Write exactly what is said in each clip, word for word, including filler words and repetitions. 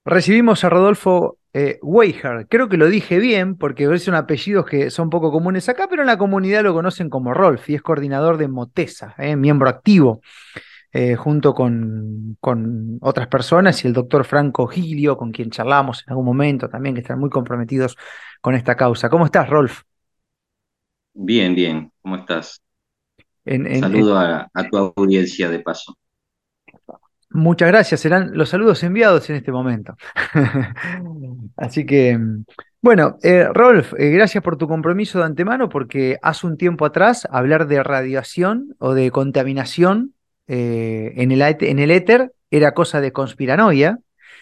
Recibimos a Rodolfo eh, Weijer. Creo que lo dije bien porque son apellidos que son poco comunes acá, pero en la comunidad lo conocen como Rolf y es coordinador de Motesa, eh, miembro activo, eh, junto con, con otras personas y el doctor Franco Giglio, con quien charlamos en algún momento también, que están muy comprometidos con esta causa. ¿Cómo estás, Rolf? Bien, bien, ¿cómo estás? En, en- en- Saludo a, a tu audiencia de paso. Muchas gracias, serán los saludos enviados en este momento. Así que, mm, bueno, eh, Rolf, eh, gracias por tu compromiso de antemano, porque hace un tiempo atrás hablar de radiación o de contaminación eh, en el, aet- en el éter era cosa de conspiranoia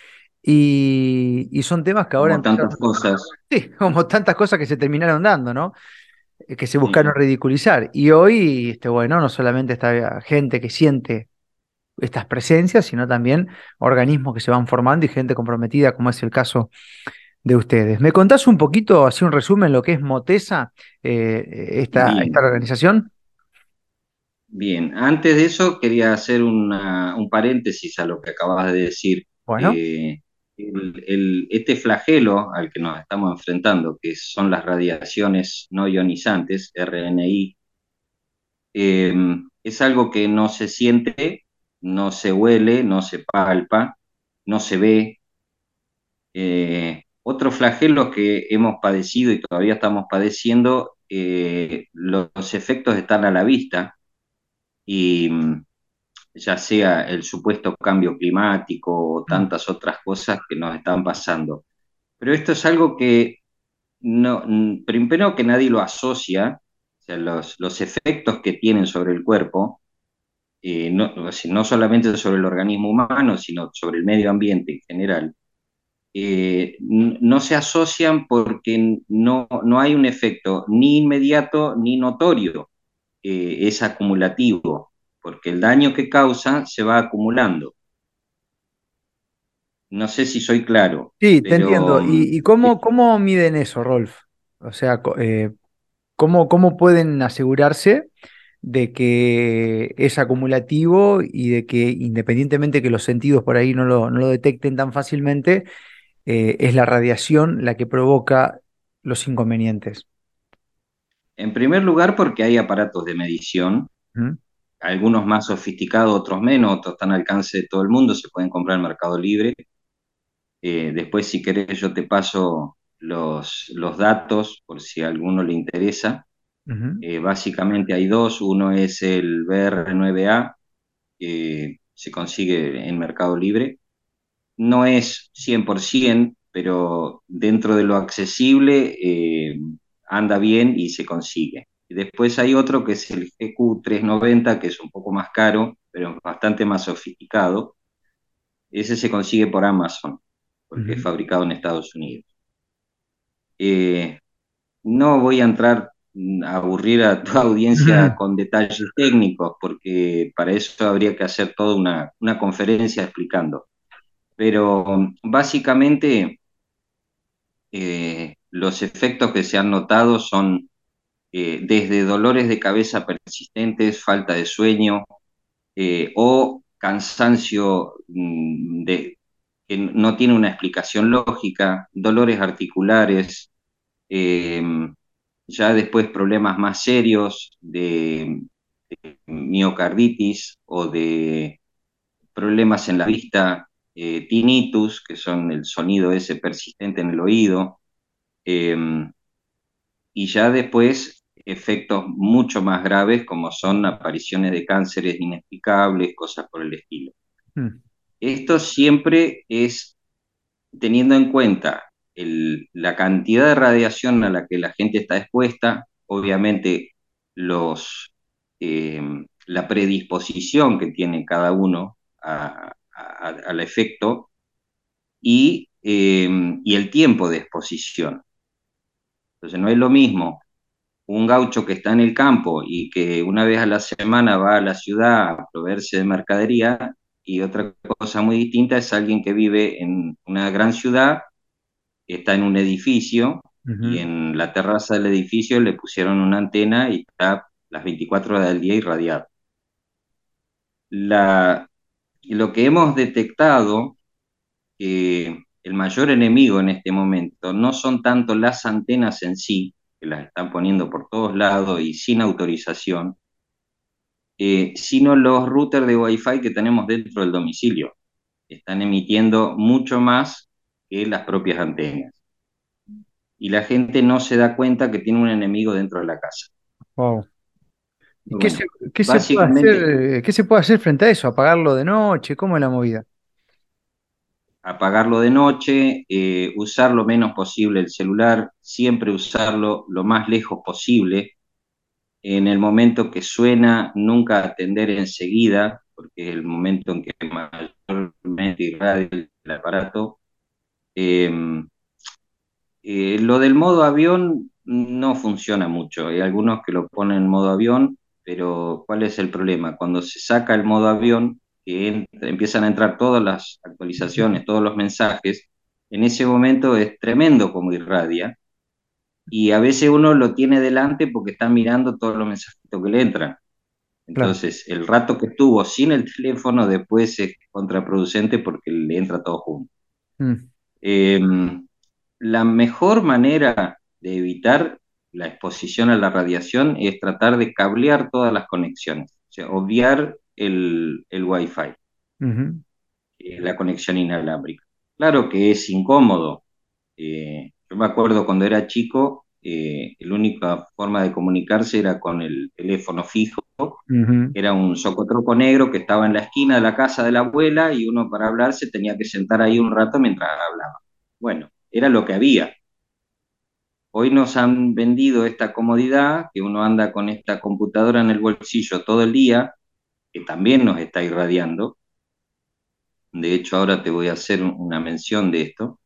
y, y son temas que ahora Como tantas empezaron, cosas, sí, como tantas cosas que se terminaron dando, ¿no? Eh, Que se buscaron sí. ridiculizar. Y hoy, este, bueno, no solamente está gente que siente estas presencias, sino también organismos que se van formando y gente comprometida, como es el caso de ustedes. ¿Me contás un poquito, así un resumen, lo que es Motesa, eh, esta, esta Bien, organización? bien. Antes de eso, quería hacer una- un paréntesis a lo que acabas de decir. Bueno, Eh, el- el- este flagelo al que nos estamos enfrentando, que son las radiaciones no ionizantes, R N I, eh, es algo que no se siente, no se huele, no se palpa, no se ve. Eh, otros flagelos que hemos padecido y todavía estamos padeciendo, eh, los, los efectos están a la vista y mm, ya sea el supuesto cambio climático o mm, tantas otras cosas que nos están pasando. Pero esto es algo que no, mm, primero que nadie lo asocia, o sea, los, los efectos que tienen sobre el cuerpo, eh, no, o sea, no solamente sobre el organismo humano, sino sobre el medio ambiente en general, eh, no se asocian porque no, no hay un efecto ni inmediato ni notorio, eh, es acumulativo, porque el daño que causa se va acumulando. No sé si soy claro, sí, te entiendo. pero mm, ¿Y, y cómo, es- cómo miden eso, Rolf? O sea, co- eh, ¿cómo, cómo pueden asegurarse de que es acumulativo y de que independientemente que los sentidos por ahí no lo, no lo detecten tan fácilmente, eh, es la radiación la que provoca los inconvenientes? en primer lugar porque hay aparatos de medición, ¿Mm? algunos más sofisticados, otros menos, otros están al alcance de todo el mundo, se pueden comprar en Mercado Libre. Eh, después, si querés, yo te paso los, los datos por si a alguno le interesa. Ujú. Eh, básicamente hay dos, uno es el B R nueve A, que se consigue en Mercado Libre. No es cien por ciento, pero dentro de lo accesible eh, anda bien y se consigue. Y después hay otro que es el G Q trescientos noventa, que es un poco más caro, pero es bastante más sofisticado. Ese se consigue por Amazon, porque es Ujú. fabricado en Estados Unidos. Eh, No voy a entrar mm, a aburrir a tu audiencia Ujú. con detalles técnicos, porque para eso habría que hacer toda una, una conferencia explicando. Pero mm, básicamente eh, los efectos que se han notado son eh, desde dolores de cabeza persistentes, falta de sueño eh, o cansancio mm, de, que no tiene una explicación lógica, dolores articulares, eh, ya después problemas más serios de, de miocarditis o de problemas en la vista, eh, tinnitus, que son el sonido ese persistente en el oído, eh, y ya después efectos mucho más graves como son apariciones de cánceres inexplicables, cosas por el estilo. Mm. Esto siempre es teniendo en cuenta el- la cantidad de radiación a la que la gente está expuesta, obviamente los, eh, la predisposición que tiene cada uno a- a- al efecto y, eh, y el tiempo de exposición. Entonces no es lo mismo un gaucho que está en el campo y que una vez a la semana va a la ciudad a proveerse de mercadería, y otra cosa muy distinta es alguien que vive en una gran ciudad, está en un edificio y Ujú. en la terraza del edificio le pusieron una antena y está las veinticuatro horas del día irradiado. La, lo que hemos detectado, eh, el mayor enemigo en este momento no son tanto las antenas en sí, que las están poniendo por todos lados y sin autorización, eh, sino los routers de Wi-Fi que tenemos dentro del domicilio. Están emitiendo mucho más que las propias antenas. Y la gente no se da cuenta que tiene un enemigo dentro de la casa. Wow. ¿Y qué se, Bueno, qué se puede hacer, básicamente eh, qué se puede hacer frente a eso? ¿Apagarlo de noche? ¿Cómo es la movida? apagarlo de noche, eh, usar lo menos posible el celular, siempre usarlo lo más lejos posible. En el momento que suena, nunca atender enseguida, porque es el momento en que mayormente irradia el aparato. Eh, eh, lo del modo avión no funciona mucho. Hay algunos que lo ponen en modo avión, pero ¿cuál es el problema? Cuando se saca el modo avión, que entra- empiezan a entrar todas las actualizaciones, todos los mensajes, en ese momento es tremendo como irradia. Y a veces uno lo tiene delante porque está mirando todos los mensajitos que le entran. Claro. Entonces, el rato que estuvo sin el teléfono después es contraproducente porque le entra todo junto. Mm, Eh, la mejor manera de evitar la exposición a la radiación es tratar de cablear todas las conexiones, o sea, obviar el, el Wi-Fi, ujú, eh, la conexión inalámbrica. Claro que es incómodo. Eh, yo me acuerdo cuando era chico, eh, la única forma de comunicarse era con el teléfono fijo. ujú, Era un socotroco negro que estaba en la esquina de la casa de la abuela y uno para hablar se tenía que sentar ahí un rato mientras hablaba. Bueno, era lo que había. Hoy nos han vendido esta comodidad, que uno anda con esta computadora en el bolsillo todo el día, que también nos está irradiando. De hecho, ahora te voy a hacer una mención de esto.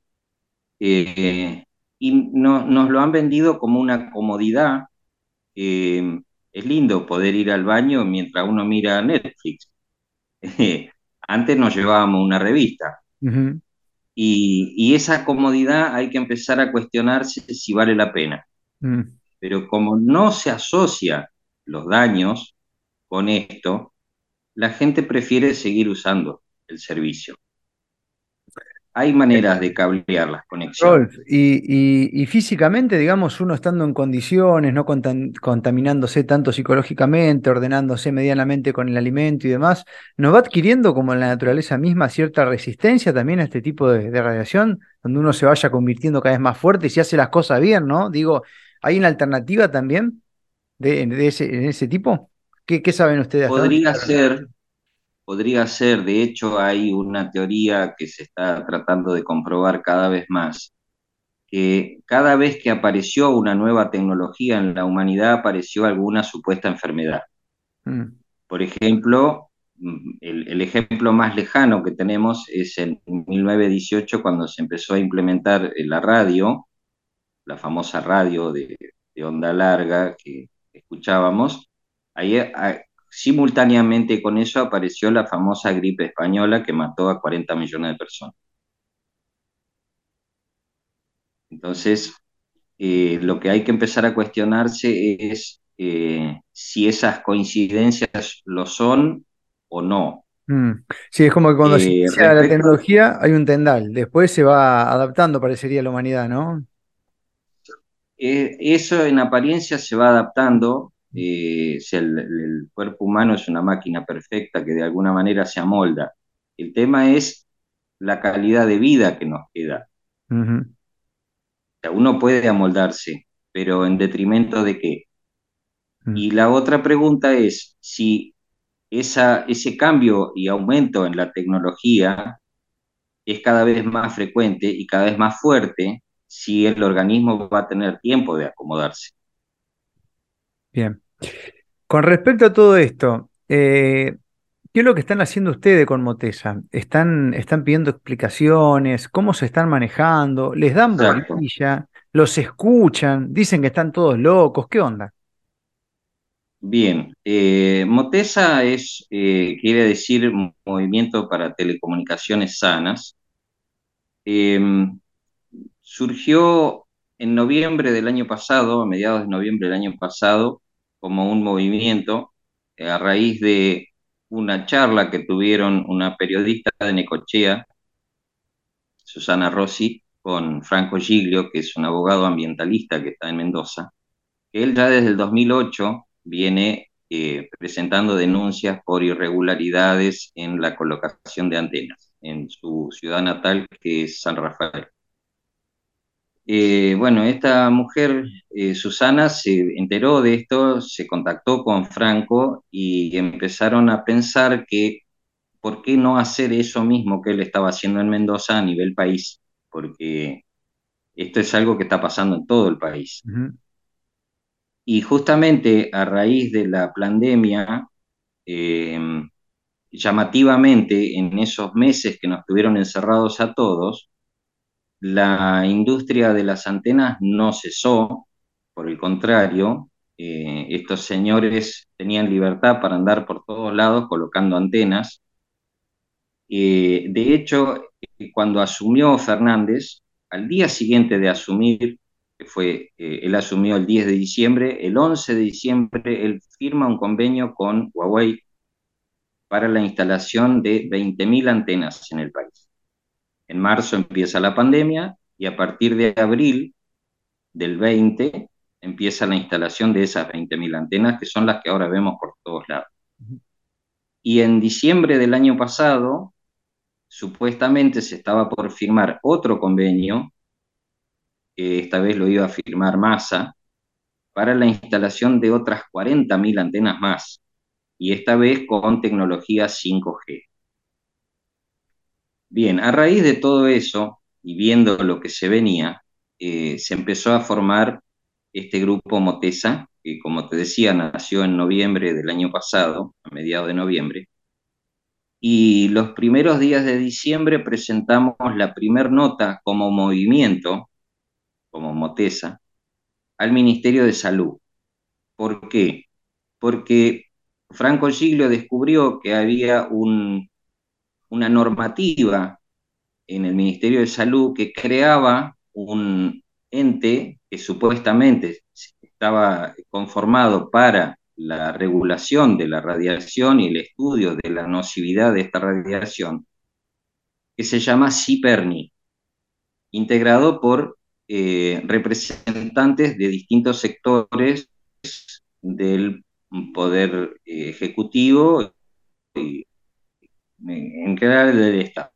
Eh, y no- nos lo han vendido como una comodidad. Eh, es lindo poder ir al baño mientras uno mira Netflix. Antes nos llevábamos una revista ujú, y, y esa comodidad hay que empezar a cuestionarse si vale la pena. mm. Pero como no se asocia los daños con esto, la gente prefiere seguir usando el servicio. Hay maneras de cablear las conexiones. Rolf, y, y- y físicamente, digamos, uno estando en condiciones, no contam- contaminándose tanto psicológicamente, ordenándose medianamente con el alimento y demás, ¿nos va adquiriendo como en la naturaleza misma cierta resistencia también a este tipo de, de radiación, donde uno se vaya convirtiendo cada vez más fuerte y si hace las cosas bien, ¿no? Digo, ¿hay una alternativa también de, de ese, en ese tipo? ¿Qué, qué saben ustedes? ¿Hasta dónde Podría llegaron? ser, podría ser, de hecho hay una teoría que se está tratando de comprobar cada vez más, que cada vez que apareció una nueva tecnología en la humanidad apareció alguna supuesta enfermedad. Mm, Por ejemplo, mm, el, el ejemplo más lejano que tenemos es en mil novecientos dieciocho cuando se empezó a implementar eh, la radio, la famosa radio de, de onda larga que escuchábamos. Ahí, a- simultáneamente con eso apareció la famosa gripe española que mató a cuarenta millones de personas. Entonces, eh, lo que hay que empezar a cuestionarse es eh, si esas coincidencias lo son o no. mm. Sí, es como que cuando se Eh, inicia la respecto, tecnología hay un tendal, después se va adaptando, parecería la humanidad, ¿no? Eh, eso en apariencia se va adaptando, eh, o sea, el, el cuerpo humano es una máquina perfecta que de alguna manera se amolda. El tema es la calidad de vida que nos queda. Ujú, O sea, uno puede amoldarse, pero ¿en detrimento de qué? mm. Y la otra pregunta es si esa, ese cambio y aumento en la tecnología es cada vez más frecuente y cada vez más fuerte, si el organismo va a tener tiempo de acomodarse. Bien. Con respecto a todo esto, eh, ¿qué es lo que están haciendo ustedes con Motesa? ¿Están, están pidiendo explicaciones? ¿Cómo se están manejando? ¿Les dan Exacto. bolilla? ¿Los escuchan? ¿Dicen que están todos locos? ¿Qué onda? Bien, eh, Motesa es, eh, quiere decir Movimiento para Telecomunicaciones Sanas. Eh, surgió en noviembre del año pasado, a mediados de noviembre del año pasado, como un movimiento eh, a raíz de una charla que tuvieron una periodista de Necochea Susana Rossi, con Franco Giglio, que es un abogado ambientalista que está en Mendoza, que él ya desde el dos mil ocho viene eh, presentando denuncias por irregularidades en la colocación de antenas en su ciudad natal, que es San Rafael. Eh, bueno, esta mujer, eh, Susana, se enteró de esto, se contactó con Franco y empezaron a pensar que por qué no hacer eso mismo que él estaba haciendo en Mendoza a nivel país, porque esto es algo que está pasando en todo el país. Ujú, Y justamente a raíz de la pandemia, eh, llamativamente en esos meses que nos tuvieron encerrados a todos, la industria de las antenas no cesó, por el contrario, eh, estos señores tenían libertad para andar por todos lados colocando antenas. Eh, de hecho, eh, cuando asumió Fernández, al día siguiente de asumir, que fue, eh, él asumió el diez de diciembre, el once de diciembre él firma un convenio con Huawei para la instalación de veinte mil antenas en el país. En marzo empieza la pandemia y a partir de abril del veinte empieza la instalación de esas veinte mil antenas, que son las que ahora vemos por todos lados. ujú, Y en diciembre del año pasado, supuestamente se estaba por firmar otro convenio, que esta vez lo iba a firmar Massa, para la instalación de otras cuarenta mil antenas más, y esta vez con tecnología cinco G. Bien, a raíz de todo eso, y viendo lo que se venía, eh, se empezó a formar este grupo Motesa, que como te decía, nació en noviembre del año pasado, a mediados de noviembre, y los primeros días de diciembre presentamos la primer nota como movimiento, como Motesa, al Ministerio de Salud. ¿Por qué? Porque Franco Giglio descubrió que había un, una normativa en el Ministerio de Salud que creaba un ente que supuestamente estaba conformado para la regulación de la radiación y el estudio de la nocividad de esta radiación, que se llama CIPERNI, integrado por eh, representantes de distintos sectores del poder eh, ejecutivo y en general del Estado.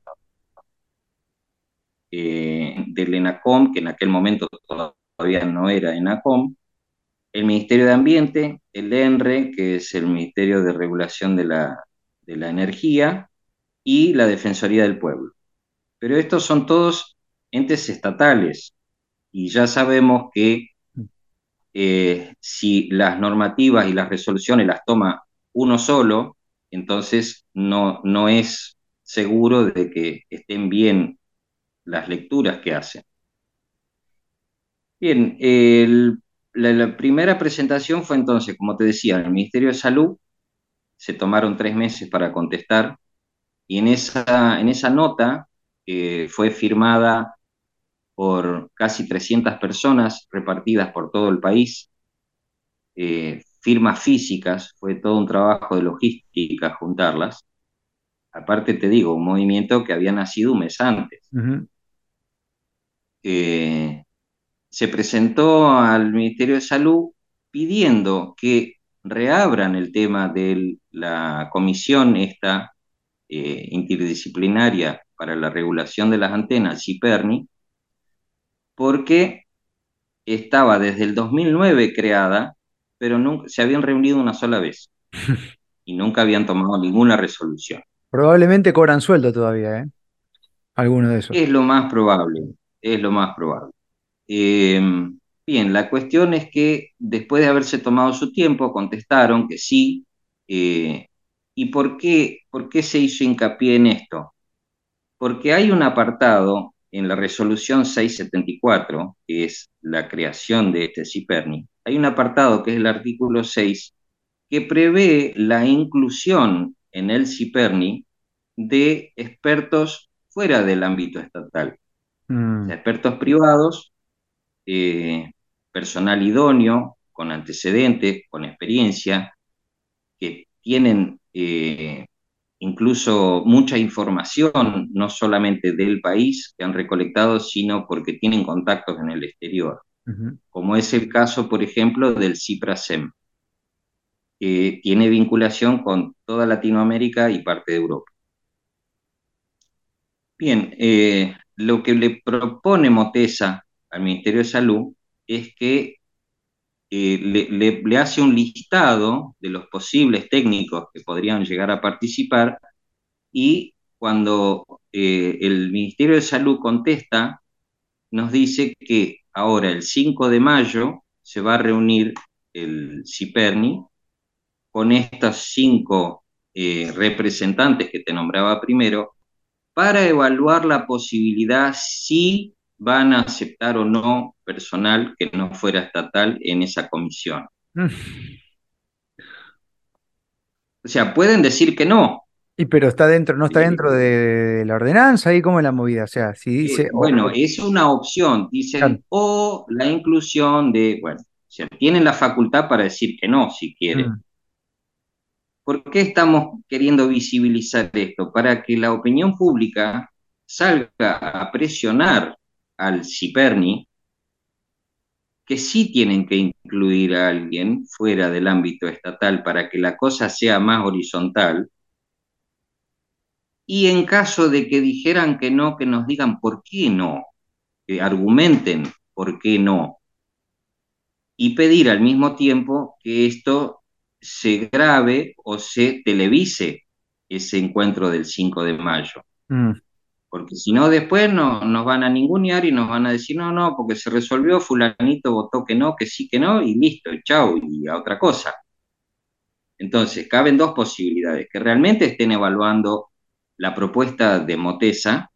Eh, del ENACOM, que en aquel momento todavía no era ENACOM, el Ministerio de Ambiente, el ENRE, que es el Ministerio de Regulación de la, de la Energía, y la Defensoría del Pueblo. Pero estos son todos entes estatales y ya sabemos que eh, si las normativas y las resoluciones las toma uno solo, entonces no, no es seguro de que estén bien las lecturas que hacen. Bien, el- la, la primera presentación fue entonces, como te decía, en el Ministerio de Salud, se tomaron tres meses para contestar, y en esa, en esa nota, que fue firmada por casi trescientas personas repartidas por todo el país, eh, firmas físicas, fue todo un trabajo de logística juntarlas. Aparte te digo, un movimiento que había nacido un mes antes. ujú. Eh, Se presentó al Ministerio de Salud pidiendo que reabran el tema de la comisión esta eh, interdisciplinaria para la regulación de las antenas, CIPERNI, porque estaba desde el dos mil nueve creada, pero nunca, se habían reunido una sola vez y nunca habían tomado ninguna resolución. Probablemente cobran sueldo todavía, ¿eh? Alguno de esos. Es lo más probable, es lo más probable. Eh, Bien, la cuestión es que después de haberse tomado su tiempo, contestaron que sí. eh, ¿Y por qué, por qué se hizo hincapié en esto? Porque hay un apartado en la resolución seiscientos setenta y cuatro, que es la creación de este CIPERNI, hay un apartado que es el artículo seis, que prevé la inclusión en el CIPERNI de expertos fuera del ámbito estatal, o Mm, sea, expertos privados, eh, personal idóneo, con antecedentes, con experiencia, que tienen eh, incluso mucha información, no solamente del país que han recolectado, sino porque tienen contactos en el exterior, Ujú. como es el caso, por ejemplo, del CIPRASEM, que tiene vinculación con toda Latinoamérica y parte de Europa. Bien, eh, lo que le propone Motesa al Ministerio de Salud es que eh, le, le- le hace un listado de los posibles técnicos que podrían llegar a participar y cuando eh, el Ministerio de Salud contesta, nos dice que ahora el cinco de mayo se va a reunir el CIPERNI con estos cinco eh, representantes que te nombraba primero para evaluar la posibilidad si van a aceptar o no personal que no fuera estatal en esa comisión. Mm. O sea, pueden decir que no. Y pero está dentro, no está Eh, dentro de la ordenanza, ahí cómo es la movida. O sea, si eh, dice, o, bueno, o- es una opción, claro. dicen, o la inclusión de, bueno, o sea, tienen la facultad para decir que no, si quieren. Mm. ¿Por qué estamos queriendo visibilizar esto? Para que la opinión pública salga a presionar al CIPERNI que sí tienen que incluir a alguien fuera del ámbito estatal para que la cosa sea más horizontal, y en caso de que dijeran que no, que nos digan por qué no, que argumenten por qué no, y pedir al mismo tiempo que esto se grabe o se televise ese encuentro del cinco de mayo. Mm. Porque si no, después no, nos van a ningunear y nos van a decir, no, no, porque se resolvió, fulanito votó que no, que sí, que no, y listo, y chau, y a otra cosa. Entonces, caben dos posibilidades, que realmente estén evaluando la propuesta de Motesa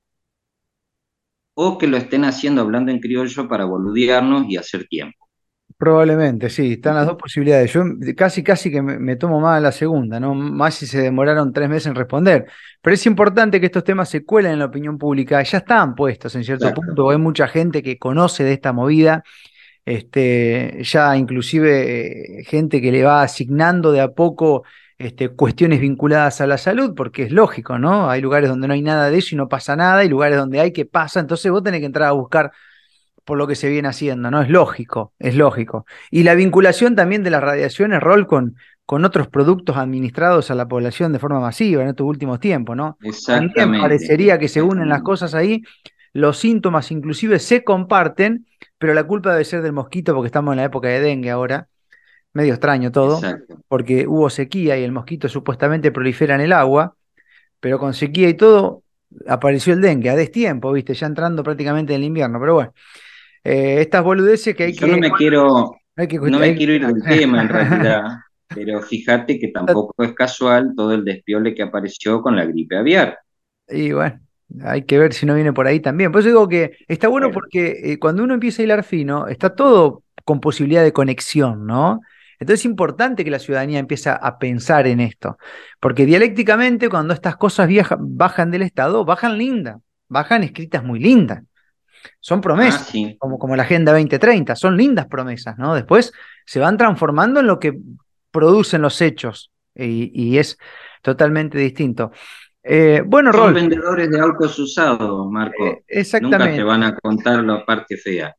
o que lo estén haciendo hablando en criollo para boludearnos y hacer tiempo. Probablemente, sí, están las dos posibilidades. Yo casi, casi que me, me tomo más la segunda, ¿no? Más si se demoraron tres meses en responder. Pero es importante que estos temas se cuelen en la opinión pública. Ya están puestos en cierto Exacto. punto. Hay mucha gente que conoce de esta movida, este, ya inclusive eh, gente que le va asignando de a poco este, cuestiones vinculadas a la salud, porque es lógico, ¿no? Hay lugares donde no hay nada de eso y no pasa nada, y lugares donde hay que pasa. Entonces vos tenés que entrar a buscar por lo que se viene haciendo, ¿no? Es lógico, es lógico. Y la vinculación también de las radiaciones, Rol, con, con otros productos administrados a la población de forma masiva en estos últimos tiempos, ¿no? También Exactamente, parecería que se unen las exactamente, cosas ahí, los síntomas inclusive se comparten, pero la culpa debe ser del mosquito porque estamos en la época de dengue ahora, medio extraño todo, exacto. porque hubo sequía y el mosquito supuestamente prolifera en el agua, pero con sequía y todo apareció el dengue a destiempo, ¿viste? Ya entrando prácticamente en el invierno, pero bueno. Eh, estas boludeces que hay Yo no que, me quiero, hay que, no hay me que quiero ir del tema en cuestionar. realidad, pero fíjate que tampoco es casual todo el despiole que apareció con la gripe aviar. Y bueno, hay que ver si no viene por ahí también. Por eso digo que está bueno Bueno, porque eh, cuando uno empieza a hilar fino, está todo con posibilidad de conexión, ¿no? Entonces es importante que la ciudadanía empiece a pensar en esto, porque dialécticamente cuando estas cosas viaja- bajan del Estado, bajan lindas, bajan escritas muy lindas. Son ah, promesas, sí, como, como la Agenda dos mil treinta, son lindas promesas, ¿no? Después se van transformando en lo que producen los hechos y, y es totalmente distinto. Eh, bueno, son Rol, vendedores de autos usados, eh, Marco. Nunca te van exactamente. a contar la parte fea.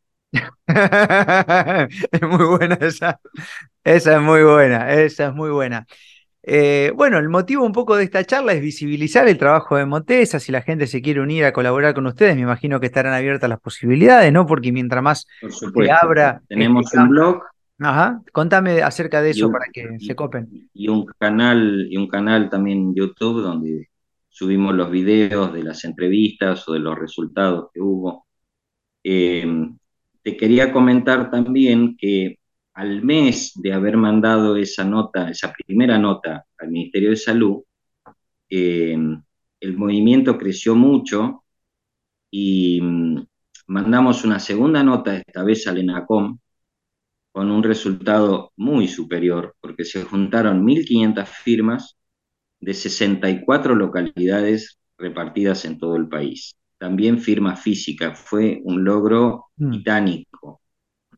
Es muy buena esa. Esa es muy buena, esa es muy buena. Eh, bueno, el motivo un poco de esta charla es visibilizar el trabajo de Motesa. Si la gente se quiere unir a colaborar con ustedes, me imagino que estarán abiertas las posibilidades, ¿no? Porque mientras más Por se supuesto. abra este Tenemos un campo. blog Ajá, contame acerca de y eso un, para que se y, copen. y un canal, y un canal también en YouTube donde subimos los videos de las entrevistas o de los resultados que hubo. Eh, Te quería comentar también que al mes de haber mandado esa nota, esa primera nota al Ministerio de Salud, eh, el movimiento creció mucho y mm, mandamos una segunda nota, esta vez al ENACOM, con un resultado muy superior, porque se juntaron mil quinientas firmas de sesenta y cuatro localidades repartidas en todo el país. También firma física, fue un logro Mm. titánico.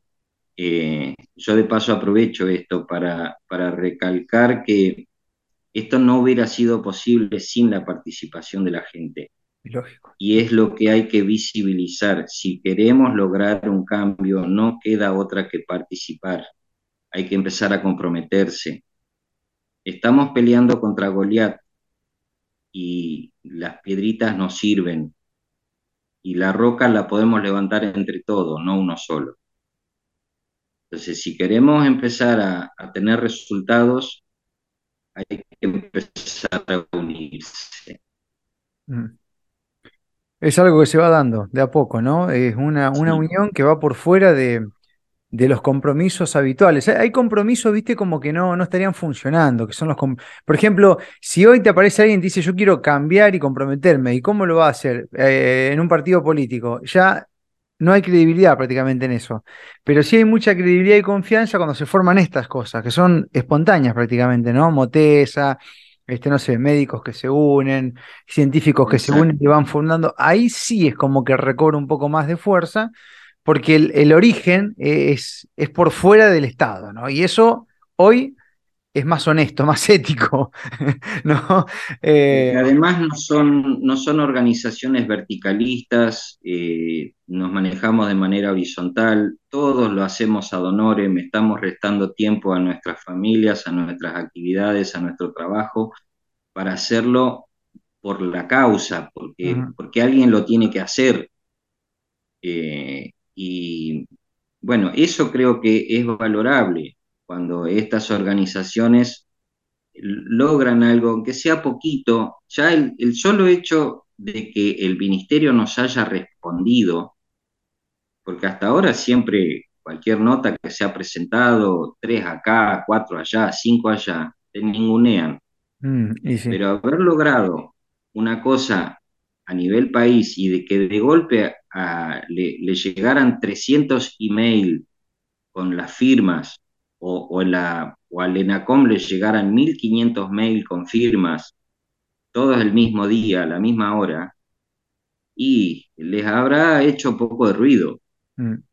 Eh, yo de paso aprovecho esto para, para recalcar que Esto no hubiera sido posible sin la participación de la gente. Lógico. Y es lo que hay que visibilizar. Si queremos lograr un cambio, no queda otra que participar. Hay que empezar a comprometerse. Estamos peleando contra Goliat y las piedritas nos sirven. Y la roca la podemos levantar entre todos, no uno solo. Entonces, si queremos empezar a, a tener resultados, hay que empezar a unirse. Mm. Es algo que se va dando de a poco, ¿no? Es una, una Sí, unión que va por fuera de, de los compromisos habituales. Hay hay compromisos, viste, como que no, no estarían funcionando, que son los... com- Por ejemplo, si hoy te aparece alguien y te dice, yo quiero cambiar y comprometerme, ¿y cómo lo va a hacer? Eh, en un partido político. Ya no hay credibilidad prácticamente en eso. Pero sí hay mucha credibilidad y confianza cuando se forman estas cosas, que son espontáneas prácticamente, ¿no? Motesa, este, no sé, médicos que se unen, científicos que se unen y exacto. van fundando. Ahí sí es como que recobra un poco más de fuerza porque el, el origen es, es por fuera del Estado, ¿no? Y eso hoy es más honesto, más ético, ¿no? Porque Eh, además no son, no son organizaciones verticalistas, eh, nos manejamos de manera horizontal, todos lo hacemos ad honorem, estamos restando tiempo a nuestras familias, a nuestras actividades, a nuestro trabajo, para hacerlo por la causa, porque, ujú, porque alguien lo tiene que hacer. Eh, y bueno, eso creo que es valorable cuando estas organizaciones logran algo, aunque sea poquito, ya el, el solo hecho de que el ministerio nos haya respondido, porque hasta ahora siempre cualquier nota que se ha presentado, tres acá, cuatro allá, cinco allá, te ningunean, mm, y sí. pero haber logrado una cosa a nivel país y de que de golpe a- le, le llegaran trescientos email con las firmas o, o, la, o al ENACOM le llegaran mil quinientos mail con firmas todos el mismo día, a la misma hora, y les habrá hecho poco de ruido. Mm.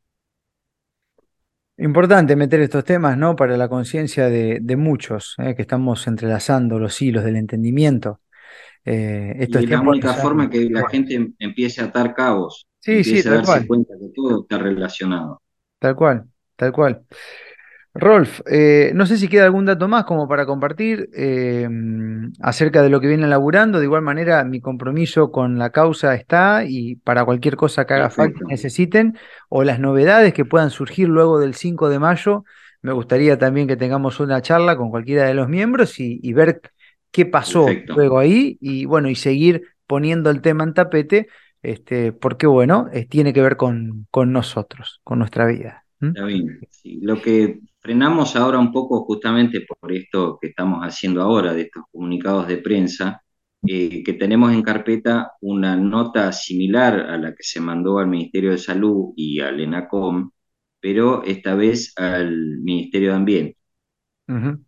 Importante meter estos temas, ¿no? Para la conciencia de, de muchos, ¿eh? Que estamos entrelazando los hilos del entendimiento. Eh, Y estos es la tiempos no única son... forma que la Bueno, gente em- empiece a atar cabos, sí, sí, empiece a tal darse cual, cuenta que todo está relacionado. tal cual, tal cual. Rolf, eh, no sé si queda algún dato más como para compartir eh, acerca de lo que vienen laburando. De igual manera, mi compromiso con la causa está y para cualquier cosa que haga falta y Perfecto, necesiten o las novedades que puedan surgir luego del cinco de mayo, me gustaría también que tengamos una charla con cualquiera de los miembros y, y ver qué pasó perfecto. luego ahí y bueno, y seguir poniendo el tema en tapete, este, porque bueno, eh, tiene que ver con, con nosotros, con nuestra vida. ¿Mm? Está bien. Sí, lo que frenamos ahora un poco justamente por esto que estamos haciendo ahora, de estos comunicados de prensa, eh, que tenemos en carpeta una nota similar a la que se mandó al Ministerio de Salud y al ENACOM, pero esta vez al Ministerio de Ambiente, Ujú.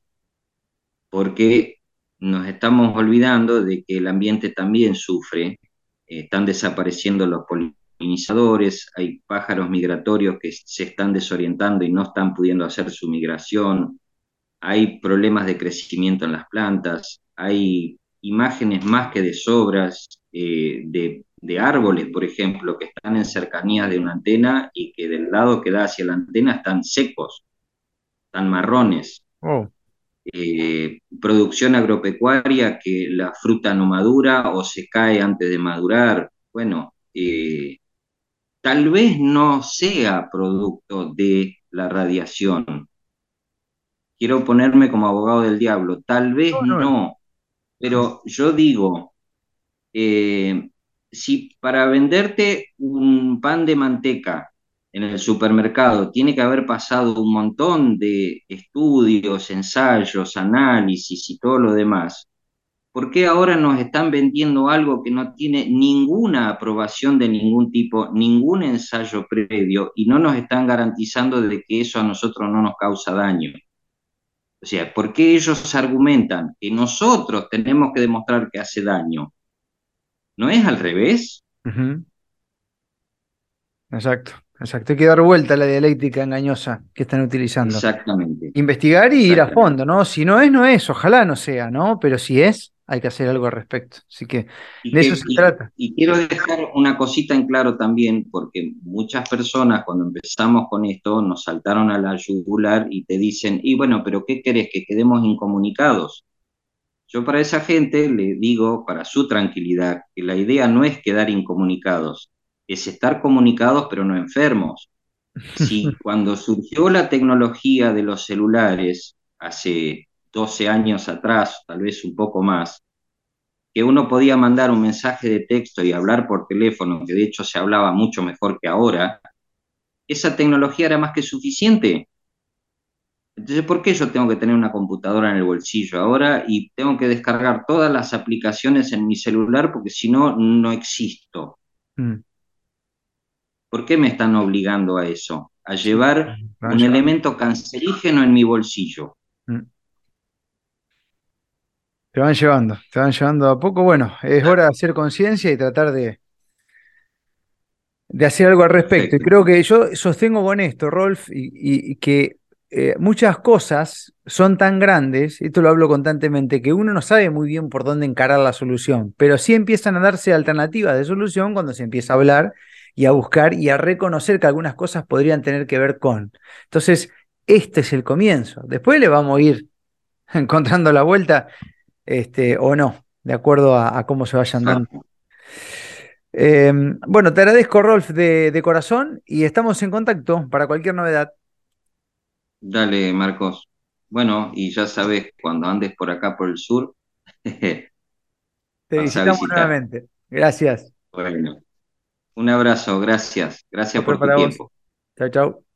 porque nos estamos olvidando de que el ambiente también sufre, eh, están desapareciendo los polinizadores, hay pájaros migratorios que se están desorientando y no están pudiendo hacer su migración, hay problemas de crecimiento en las plantas, hay imágenes más que de sobras eh, de, de árboles, por ejemplo, que están en cercanías de una antena y que del lado que da hacia la antena están secos, están marrones. Oh. Eh, producción agropecuaria que la fruta no madura o se cae antes de madurar. Bueno, eh, tal vez no sea producto de la radiación. Quiero ponerme como abogado del diablo. Tal vez No, no. no, pero yo digo, eh, si para venderte un pan de manteca en el supermercado tiene que haber pasado un montón de estudios, ensayos, análisis y todo lo demás, ¿por qué ahora nos están vendiendo algo que no tiene ninguna aprobación de ningún tipo, ningún ensayo previo y no nos están garantizando de que eso a nosotros no nos causa daño? O sea, ¿por qué ellos argumentan que nosotros tenemos que demostrar que hace daño? ¿No es al revés? Ujú. Exacto. exacto. Hay que dar vuelta a la dialéctica engañosa que están utilizando. Exactamente, Investigar y ir a exactamente. fondo, ¿no? Si no es, no es, ojalá no sea, ¿no? Pero si es, hay que hacer algo al respecto. Así que Y, de eso que, se y, trata. y quiero dejar una cosita en claro también, porque muchas personas cuando empezamos con esto nos saltaron a la yugular y te dicen, y bueno, pero ¿qué querés? ¿Que quedemos incomunicados? Yo para esa gente le digo, para su tranquilidad, que la idea no es quedar incomunicados, es estar comunicados pero no enfermos. Si cuando surgió la tecnología de los celulares, hace doce años atrás, tal vez un poco más, que uno podía mandar un mensaje de texto y hablar por teléfono, que de hecho se hablaba mucho mejor que ahora, esa tecnología era más que suficiente. Entonces, ¿por qué yo tengo que tener una computadora en el bolsillo ahora y tengo que descargar todas las aplicaciones en mi celular porque si no, no existo? Mm, ¿Por qué me están obligando a eso? A sí, llevar te van un llevando. elemento cancerígeno en mi bolsillo. Mm, te van llevando, te van llevando a poco. Bueno, es hora de hacer conciencia y tratar de, de hacer algo al respecto. Y Perfecto. creo que yo sostengo con esto, Rolf, y, y- y que eh, muchas cosas son tan grandes, esto lo hablo constantemente, que uno no sabe muy bien por dónde encarar la solución, pero sí empiezan a darse alternativas de solución cuando se empieza a hablar y a buscar y a reconocer que algunas cosas podrían tener que ver con. Entonces, este es el comienzo. Después le vamos a ir encontrando la vuelta, este, o no, de acuerdo a, a cómo se vayan dando. Exacto. Eh, bueno, te agradezco, Rolf, de, de corazón y estamos en contacto para cualquier novedad. Dale, Marcos. Bueno, y ya sabes, cuando andes por acá por el sur, Te pasa a visitamos visitar. nuevamente. Gracias. Bueno, un abrazo, gracias. Gracias Otro por tu para vos. tiempo. Chau, chau.